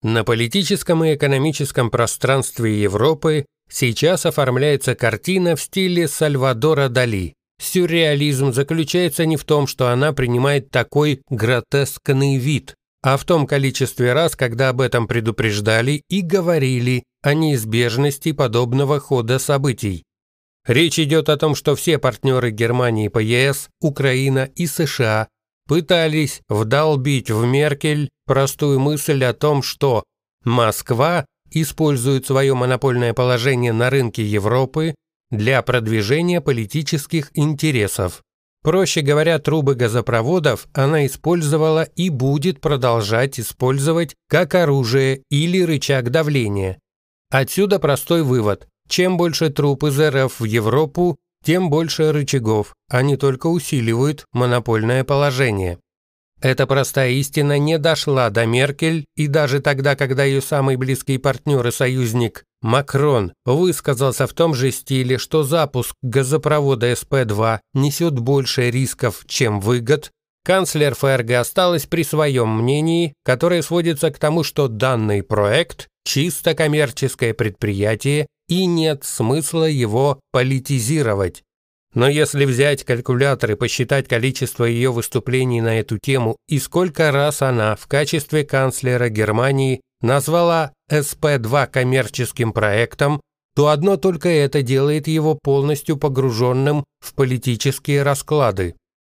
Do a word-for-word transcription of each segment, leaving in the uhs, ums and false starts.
На политическом и экономическом пространстве Европы сейчас оформляется картина в стиле Сальвадора Дали. Сюрреализм заключается не в том, что она принимает такой гротескный вид, а в том количестве раз, когда об этом предупреждали и говорили о неизбежности подобного хода событий. Речь идет о том, что все партнеры Германии по ЕС, Украина и США пытались вдолбить в Меркель простую мысль о том, что Москва использует свое монопольное положение на рынке Европы для продвижения политических интересов. Проще говоря, трубы газопроводов она использовала и будет продолжать использовать как оружие или рычаг давления. Отсюда простой вывод. Чем больше труб из РФ в Европу, тем больше рычагов, они только усиливают монопольное положение. Эта простая истина не дошла до Меркель, и даже тогда, когда ее самый близкий партнер и союзник Макрон высказался в том же стиле, что запуск газопровода эс пэ два несет больше рисков, чем выгод, канцлер ФРГ осталась при своем мнении, которое сводится к тому, что данный проект – чисто коммерческое предприятие и нет смысла его политизировать. Но если взять калькулятор и посчитать количество ее выступлений на эту тему и сколько раз она в качестве канцлера Германии назвала эс пэ два коммерческим проектом, то одно только это делает его полностью погруженным в политические расклады.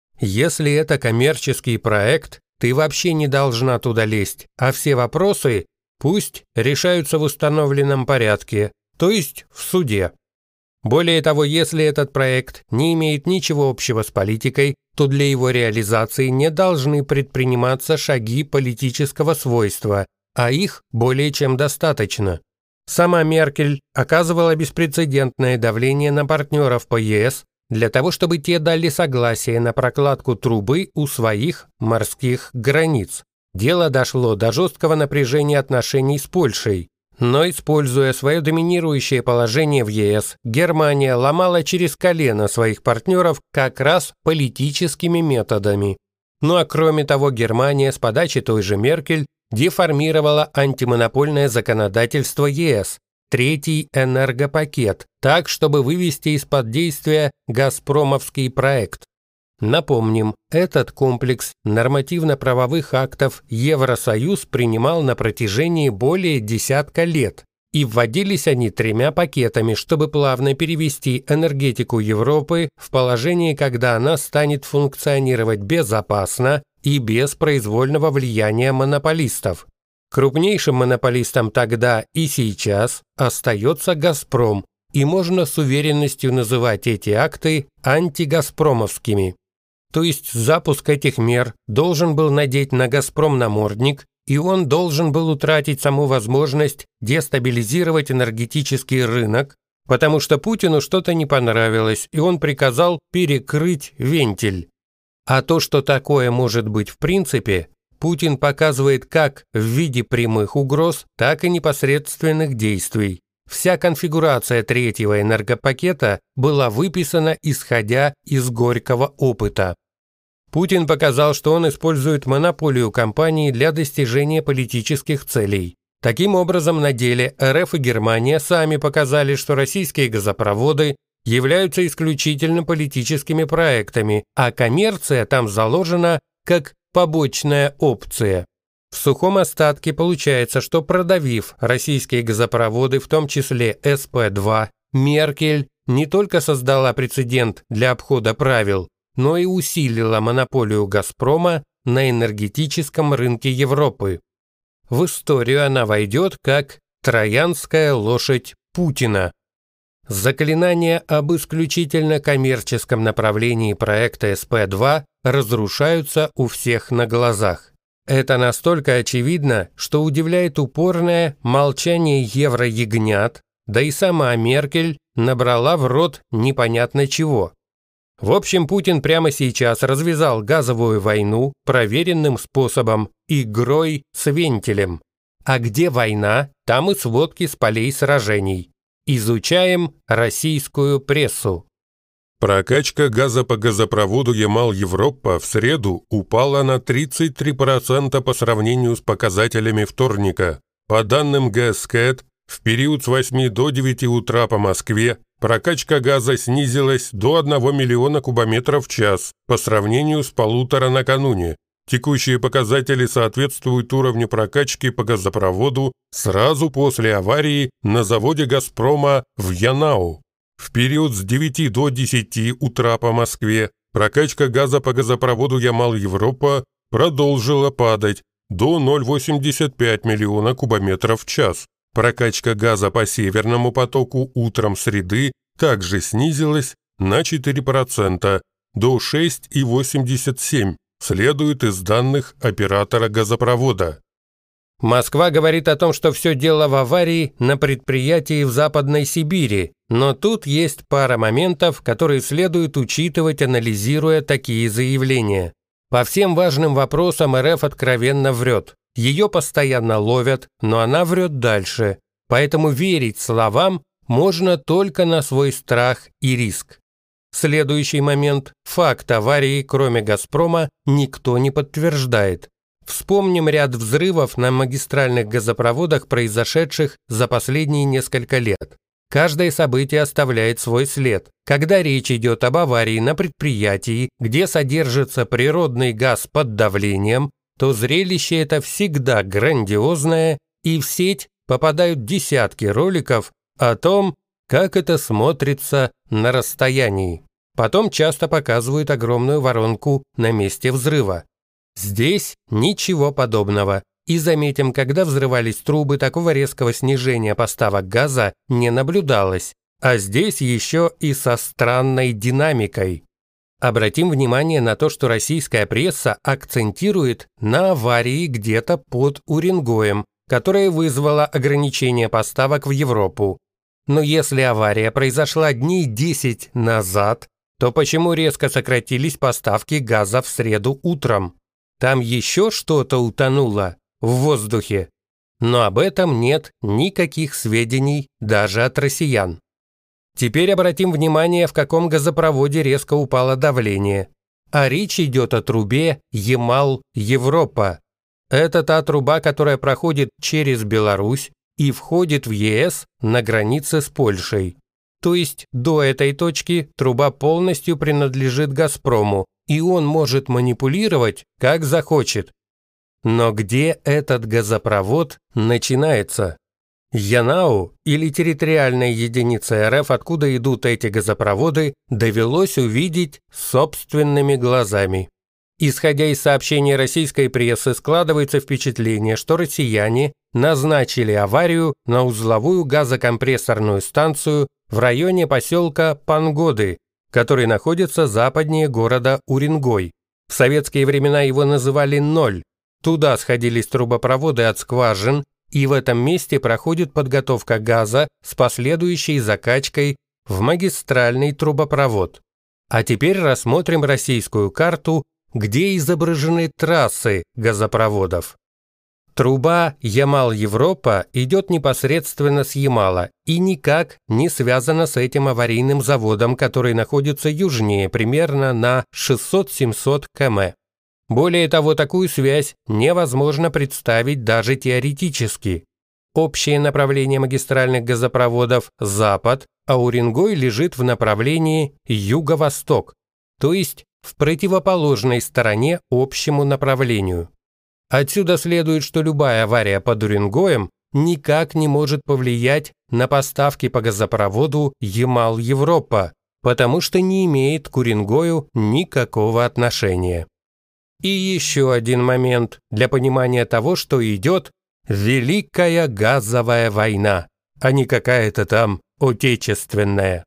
Если это коммерческий проект, ты вообще не должна туда лезть, а все вопросы пусть решаются в установленном порядке, то есть в суде. Более того, если этот проект не имеет ничего общего с политикой, то для его реализации не должны предприниматься шаги политического свойства, а их более чем достаточно. Сама Меркель оказывала беспрецедентное давление на партнеров по ЕС для того, чтобы те дали согласие на прокладку трубы у своих морских границ. Дело дошло до жесткого напряжения отношений с Польшей. Но, используя свое доминирующее положение в ЕС, Германия ломала через колено своих партнеров как раз политическими методами. Ну а кроме того, Германия с подачи той же Меркель деформировала антимонопольное законодательство ЕС, третий энергопакет, так, чтобы вывести из-под действия «Газпромовский проект». Напомним, этот комплекс нормативно-правовых актов Евросоюз принимал на протяжении более десятка лет, и вводились они тремя пакетами, чтобы плавно перевести энергетику Европы в положение, когда она станет функционировать безопасно и без произвольного влияния монополистов. Крупнейшим монополистом тогда и сейчас остается «Газпром», и можно с уверенностью называть эти акты антигазпромовскими. То есть запуск этих мер должен был надеть на «Газпром» намордник, и он должен был утратить саму возможность дестабилизировать энергетический рынок, потому что Путину что-то не понравилось, и он приказал перекрыть вентиль. А то, что такое может быть в принципе, Путин показывает как в виде прямых угроз, так и непосредственных действий. Вся конфигурация третьего энергопакета была выписана исходя из горького опыта. Путин показал, что он использует монополию компании для достижения политических целей. Таким образом, на деле РФ и Германия сами показали, что российские газопроводы являются исключительно политическими проектами, а коммерция там заложена как побочная опция. В сухом остатке получается, что продавив российские газопроводы, в том числе эс пэ два, Меркель не только создала прецедент для обхода правил, но и усилила монополию «Газпрома» на энергетическом рынке Европы. В историю она войдет как «троянская лошадь Путина». Заклинания об исключительно коммерческом направлении проекта эс пэ два разрушаются у всех на глазах. Это настолько очевидно, что удивляет упорное молчание евроягнят, да и сама Меркель набрала в рот непонятно чего. В общем, Путин прямо сейчас развязал газовую войну проверенным способом – игрой с вентилем. А где война, там и сводки с полей сражений. Изучаем российскую прессу. Прокачка газа по газопроводу Ямал-Европа в среду упала на тридцать три процента по сравнению с показателями вторника. По данным ГЭСКЭТ, в период с восьми до девяти утра по Москве прокачка газа снизилась до одного миллиона кубометров в час по сравнению с полутора накануне. Текущие показатели соответствуют уровню прокачки по газопроводу сразу после аварии на заводе «Газпрома» в Янау. В период с девяти до десяти утра по Москве прокачка газа по газопроводу Ямал-Европа продолжила падать до ноль целых восемьдесят пять сотых миллиона кубометров в час. Прокачка газа по Северному потоку утром среды также снизилась на четыре процента до шесть целых восемьдесят семь сотых, следует из данных оператора газопровода. Москва говорит о том, что все дело в аварии на предприятии в Западной Сибири, но тут есть пара моментов, которые следует учитывать, анализируя такие заявления. По всем важным вопросам РФ откровенно врет. Ее постоянно ловят, но она врет дальше. Поэтому верить словам можно только на свой страх и риск. Следующий момент. Факт аварии, кроме «Газпрома», никто не подтверждает. Вспомним ряд взрывов на магистральных газопроводах, произошедших за последние несколько лет. Каждое событие оставляет свой след. Когда речь идет об аварии на предприятии, где содержится природный газ под давлением, то зрелище это всегда грандиозное, и в сеть попадают десятки роликов о том, как это смотрится на расстоянии. Потом часто показывают огромную воронку на месте взрыва. Здесь ничего подобного. И заметим, когда взрывались трубы, такого резкого снижения поставок газа не наблюдалось. А здесь еще и со странной динамикой. Обратим внимание на то, что российская пресса акцентирует на аварии где-то под Уренгоем, которая вызвала ограничение поставок в Европу. Но если авария произошла дней десять назад, то почему резко сократились поставки газа в среду утром? Там еще что-то утонуло в воздухе. Но об этом нет никаких сведений даже от россиян. Теперь обратим внимание, в каком газопроводе резко упало давление. А речь идет о трубе Ямал-Европа. Это та труба, которая проходит через Беларусь и входит в ЕС на границе с Польшей. То есть до этой точки труба полностью принадлежит «Газпрому», и он может манипулировать, как захочет. Но где этот газопровод начинается? Янау, или территориальная единица РФ, откуда идут эти газопроводы, довелось увидеть собственными глазами. Исходя из сообщений российской прессы, складывается впечатление, что россияне назначили аварию на узловую газокомпрессорную станцию в районе поселка Пангоды, который находится западнее города Уренгой. В советские времена его называли «Ноль». Туда сходились трубопроводы от скважин, и в этом месте проходит подготовка газа с последующей закачкой в магистральный трубопровод. А теперь рассмотрим российскую карту, где изображены трассы газопроводов. Труба Ямал-Европа идет непосредственно с Ямала и никак не связана с этим аварийным заводом, который находится южнее, примерно на шестьсот-семьсот километров. Более того, такую связь невозможно представить даже теоретически. Общее направление магистральных газопроводов – запад, а Уренгой лежит в направлении юго-восток, то есть в противоположной стороне общему направлению. Отсюда следует, что любая авария под Уренгоем никак не может повлиять на поставки по газопроводу Ямал-Европа, потому что не имеет к Уренгою никакого отношения. И еще один момент для понимания того, что идет Великая газовая война, а не какая-то там отечественная.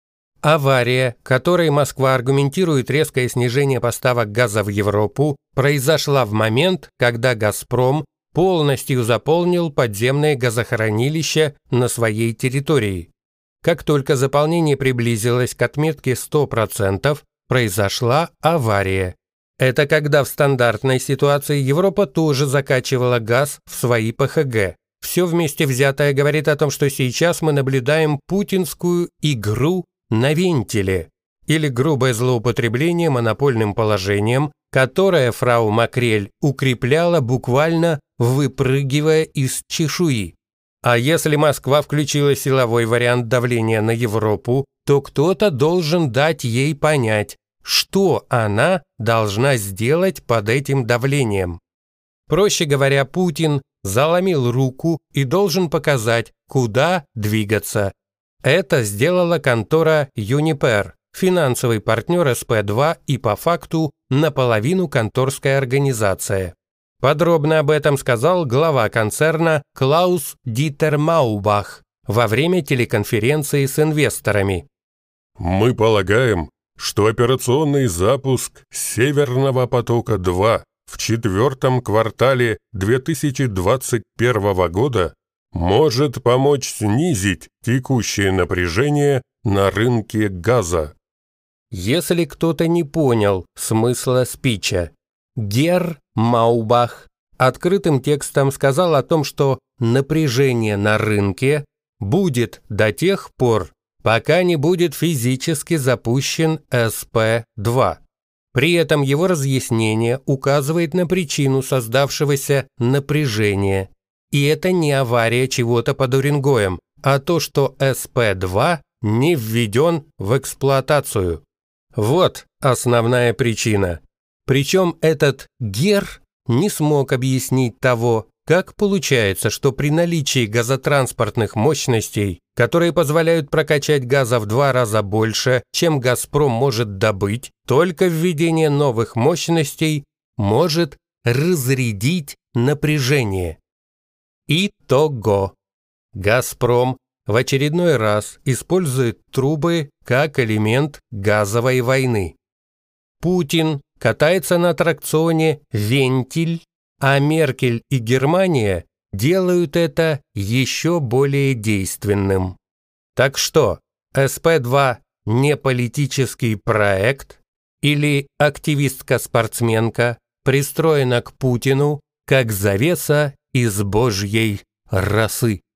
Авария, которой Москва аргументирует резкое снижение поставок газа в Европу, произошла в момент, когда «Газпром» полностью заполнил подземное газохранилище на своей территории. Как только заполнение приблизилось к отметке сто процентов, произошла авария. Это когда в стандартной ситуации Европа тоже закачивала газ в свои ПХГ. Все вместе взятое говорит о том, что сейчас мы наблюдаем путинскую игру на вентиле или грубое злоупотребление монопольным положением которое фрау Макрель укрепляла, буквально выпрыгивая из чешуи. А если Москва включила силовой вариант давления на Европу, то кто-то должен дать ей понять, что она должна сделать под этим давлением. Проще говоря, Путин заломил руку и должен показать, куда двигаться. Это сделала контора Юнипер, финансовый партнер эс пэ два и по факту наполовину конторская организация. Подробно об этом сказал глава концерна Клаус Дитер Маубах во время телеконференции с инвесторами. Мы полагаем, что операционный запуск «Северного потока-два» в четвертом квартале две тысячи двадцать первого года может помочь снизить текущее напряжение на рынке газа. Если кто-то не понял смысла спича, Герр Маубах открытым текстом сказал о том, что напряжение на рынке будет до тех пор, пока не будет физически запущен эс пэ два. При этом его разъяснение указывает на причину создавшегося напряжения. И это не авария чего-то под Уренгоем, а то, что эс пэ два не введен в эксплуатацию. Вот основная причина. Причем этот Герр не смог объяснить того, как получается, что при наличии газотранспортных мощностей, которые позволяют прокачать газа в два раза больше, чем «Газпром» может добыть, только введение новых мощностей может разрядить напряжение. Итого. «Газпром» в очередной раз использует трубы как элемент газовой войны. Путин катается на аттракционе «Вентиль», а Меркель и Германия делают это еще более действенным. Так что, эс пэ два не политический проект или активистка-спортсменка пристроена к Путину как завеса из божьей росы?